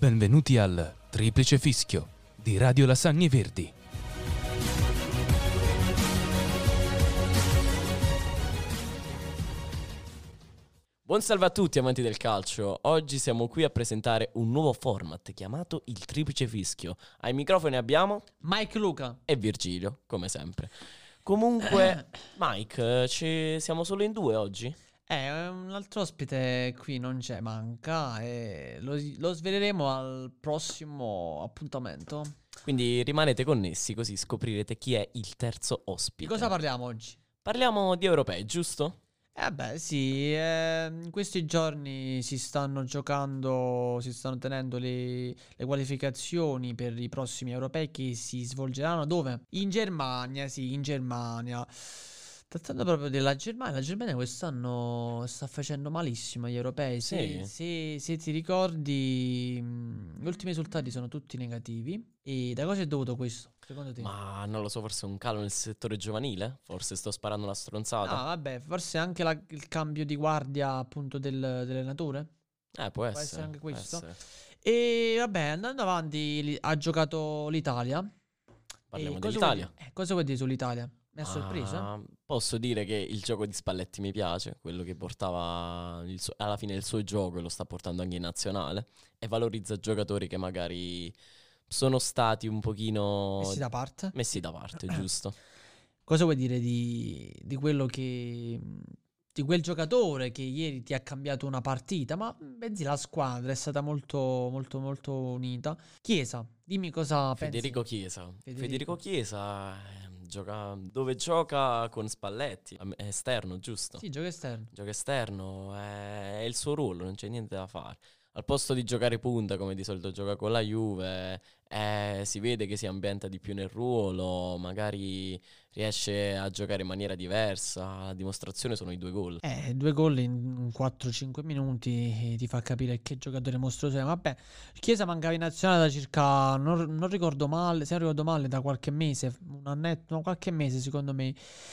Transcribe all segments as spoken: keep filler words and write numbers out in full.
Benvenuti al Triplice Fischio di Radio Lasagne Verdi. Buon salve a tutti amanti del calcio, oggi siamo qui a presentare un nuovo format chiamato il Triplice Fischio. Ai microfoni abbiamo Mike Luca e Virgilio, come sempre. Comunque, Mike, ci siamo solo in due oggi? Eh, un altro ospite qui non c'è, manca e lo, lo sveleremo al prossimo appuntamento. Quindi rimanete connessi così scoprirete chi è il terzo ospite. Di cosa parliamo oggi? Parliamo di europei, giusto? Eh beh sì, eh, in questi giorni si stanno giocando, si stanno tenendo le, le qualificazioni per i prossimi europei che si svolgeranno dove? In Germania, sì, in Germania. Trattando proprio della Germania, la Germania quest'anno sta facendo malissimo agli europei. Se, Sì. se, se ti ricordi, mh, gli ultimi risultati sono tutti negativi. E da cosa è dovuto questo, secondo te? Ma non lo so, forse un calo nel settore giovanile? Forse sto sparando una stronzata? Ah, vabbè, forse anche la- il cambio di guardia appunto del, dell'allenatore? Eh, può Può essere. essere anche può questo. essere. E vabbè, andando avanti, li- ha giocato l'Italia. Parliamo E cosa dell'Italia. vuoi dire- eh, cosa vuoi dire sull'Italia? Mi ha sorpreso? Ah, posso dire che il gioco di Spalletti mi piace, quello che portava il suo- alla fine il suo gioco e lo sta portando anche in nazionale e valorizza giocatori che magari sono stati un pochino Messi da parte. messi da parte, giusto? Cosa vuoi dire di, di quello che... di quel giocatore che ieri ti ha cambiato una partita, ma bensì la squadra è stata molto, molto, molto unita. Chiesa, dimmi cosa Federico pensi. Chiesa. Federico. Federico Chiesa eh, gioca dove gioca con Spalletti, è esterno, giusto? Sì, gioco esterno. Gioca esterno, è, è il suo ruolo, non c'è niente da fare. Al posto di giocare punta, come di solito gioca con la Juve, eh, si vede che si ambienta di più nel ruolo, magari riesce a giocare in maniera diversa. La dimostrazione sono i due gol. Eh, due gol in quattro cinque minuti eh, ti fa capire che giocatore mostruoso è. Vabbè, Chiesa mancava in nazionale da circa, non, non ricordo male, se non ricordo male, da qualche mese, un annetto, no, qualche mese secondo me,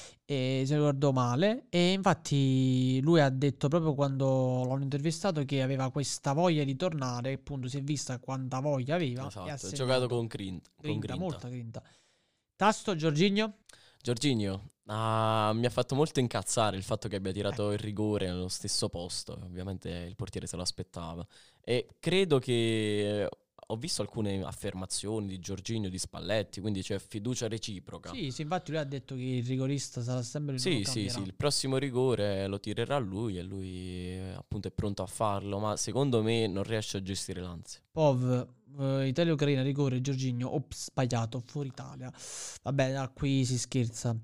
eh, se non ricordo male. E infatti lui ha detto proprio quando l'hanno intervistato che aveva questa voglia di tornare, appunto si è vista quanta voglia aveva. Esatto, e ha ha segnato. giocato con, grin- con Grinta, grinta. molta grinta. Tasto, Giorginio? Giorginio, ah, mi ha fatto molto incazzare il fatto che abbia tirato il rigore nello stesso posto. Ovviamente il portiere se lo aspettava. E credo che ho visto alcune affermazioni di Giorginio, di Spalletti, quindi c'è fiducia reciproca. Sì, sì, infatti lui ha detto che il rigorista sarà sempre il Sì, nuovo sì, cambierà. sì, il prossimo rigore lo tirerà lui e lui eh, appunto è pronto a farlo, ma secondo me non riesce a gestire l'ansia. Pov, eh, Italia-Ucraina, rigore, Giorginio, ops, sbagliato, fuori Italia. Vabbè, da qui si scherza.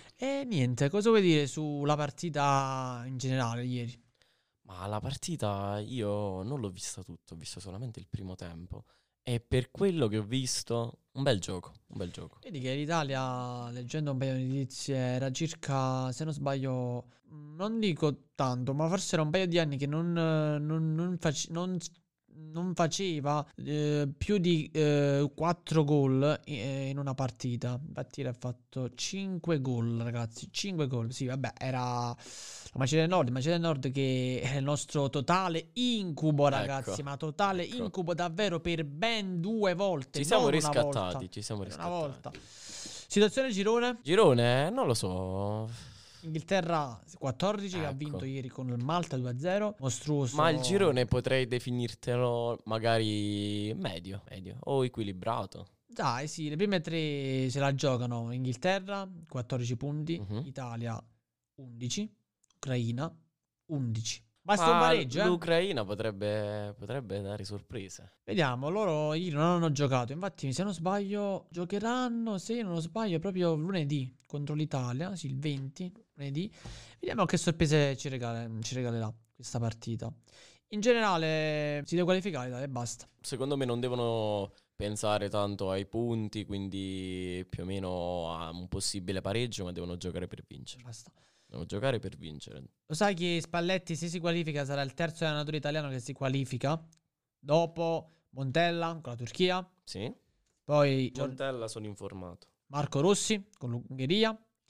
E niente, cosa vuoi dire sulla partita in generale ieri? Ma la partita io non l'ho vista tutta, ho visto solamente il primo tempo e per quello che ho visto, un bel gioco, un bel gioco. Vedi che l'Italia, leggendo un paio di notizie, era circa, se non sbaglio, non dico tanto, ma forse era un paio di anni che non, eh, non, non, face- non- non faceva eh, più di quattro gol eh, in una partita. Infatti era fatto cinque gol, ragazzi, cinque gol. Sì, vabbè, era la Macedonia del Nord, Macedonia del Nord che è il nostro totale incubo, ragazzi, Ecco, ma totale ecco. incubo davvero per ben due volte. Ci siamo non una riscattati, volta. ci siamo Per una riscattati. volta. Situazione girone. Girone, non lo so, Inghilterra quattordici che ha Ecco. vinto ieri con il Malta due a zero. Mostruoso. ma il girone potrei definirtelo magari medio, medio o equilibrato. Dai, sì, le prime tre se la giocano. Inghilterra quattordici punti, Mhm. Italia undici, Ucraina undici. Basta un Ma pareggio, eh? l'Ucraina potrebbe, potrebbe dare sorprese. Vediamo, loro ieri non hanno giocato. Infatti, se non sbaglio, giocheranno, se non sbaglio, proprio lunedì contro l'Italia. Sì, il venti, lunedì. Vediamo che sorprese ci, regala- ci regalerà questa partita. In generale, si deve qualificare l'Italia e basta. Secondo me non devono pensare tanto ai punti, quindi più o meno a un possibile pareggio, ma devono giocare per vincere. Basta. Devono giocare per vincere. Lo sai che Spalletti, se si qualifica, sarà il terzo allenatore italiano che si qualifica dopo Montella con la Turchia, Sì? poi Gior- Montella sono informato. Marco Rossi con l'Ungheria, che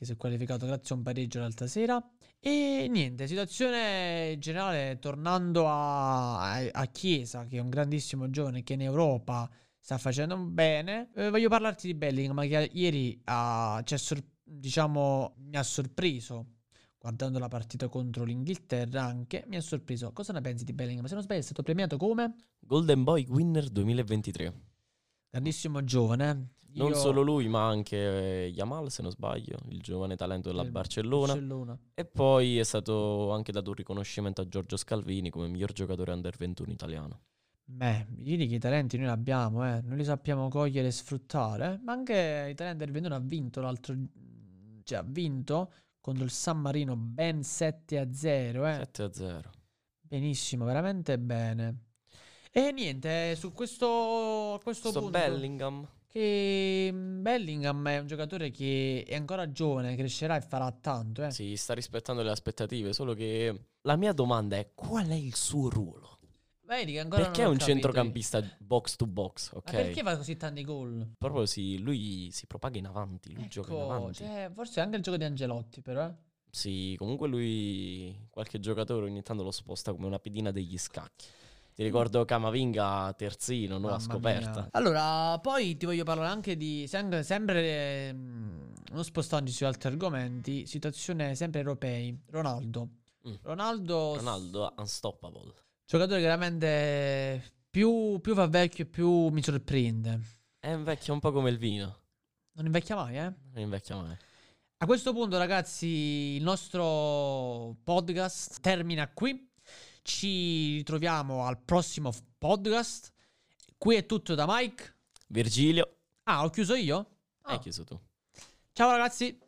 che si è qualificato grazie a un pareggio l'altra sera. E niente, situazione generale, tornando a, a, a Chiesa, che è un grandissimo giovane che in Europa sta facendo bene. Eh, voglio parlarti di Bellingham, che ieri ha, ci ha sor- diciamo, mi ha sorpreso. Guardando la partita contro l'Inghilterra anche, mi ha sorpreso. Cosa ne pensi di Bellingham? Se non sbaglio è stato premiato come? Golden Boy Winner duemilaventitré. Grandissimo giovane. Non Io- solo lui, ma anche eh, Yamal, se non sbaglio, il giovane talento della del Barcellona. Barcellona. E poi è stato anche dato un riconoscimento a Giorgio Scalvini come miglior giocatore under ventuno italiano. Beh, vedi che i talenti noi li abbiamo, eh. Noi li sappiamo cogliere e sfruttare. Ma anche i talenti del ventuno ha vinto l'altro... Cioè, ha vinto contro il San Marino ben sette a zero, eh. sette a zero. Benissimo, veramente bene. E niente, su questo, a questo Sto punto... Bellingham. Che Bellingham è un giocatore che è ancora giovane, crescerà e farà tanto, eh. Sì, sta rispettando le aspettative, solo che la mia domanda è qual è il suo ruolo? Vedi che ancora Perché è non ho un capito io. centrocampista box to box, ok? Ma perché fa così tanti gol? Proprio sì, lui si propaga in avanti, lui gioca in Ecco, avanti. cioè, forse anche il gioco di Angelotti, però, eh. Sì, comunque lui qualche giocatore ogni tanto lo sposta come una pedina degli scacchi. Ti ricordo Camavinga terzino, nuova Mamma scoperta. mia. Allora, poi ti voglio parlare anche di sempre, sempre ehm, non spostandoci su altri argomenti, situazione sempre europei. Ronaldo. Mm. Ronaldo, Ronaldo unstoppable. giocatore che veramente più, più va vecchio più mi sorprende. È invecchia un po' come il vino, Non invecchia mai, eh? non invecchia mai. A questo punto, ragazzi, il nostro podcast termina qui. Ci ritroviamo al prossimo f- podcast. Qui è tutto da Mike. Virgilio, Ah, ho chiuso io? hai Ah. chiuso tu. Ciao ragazzi.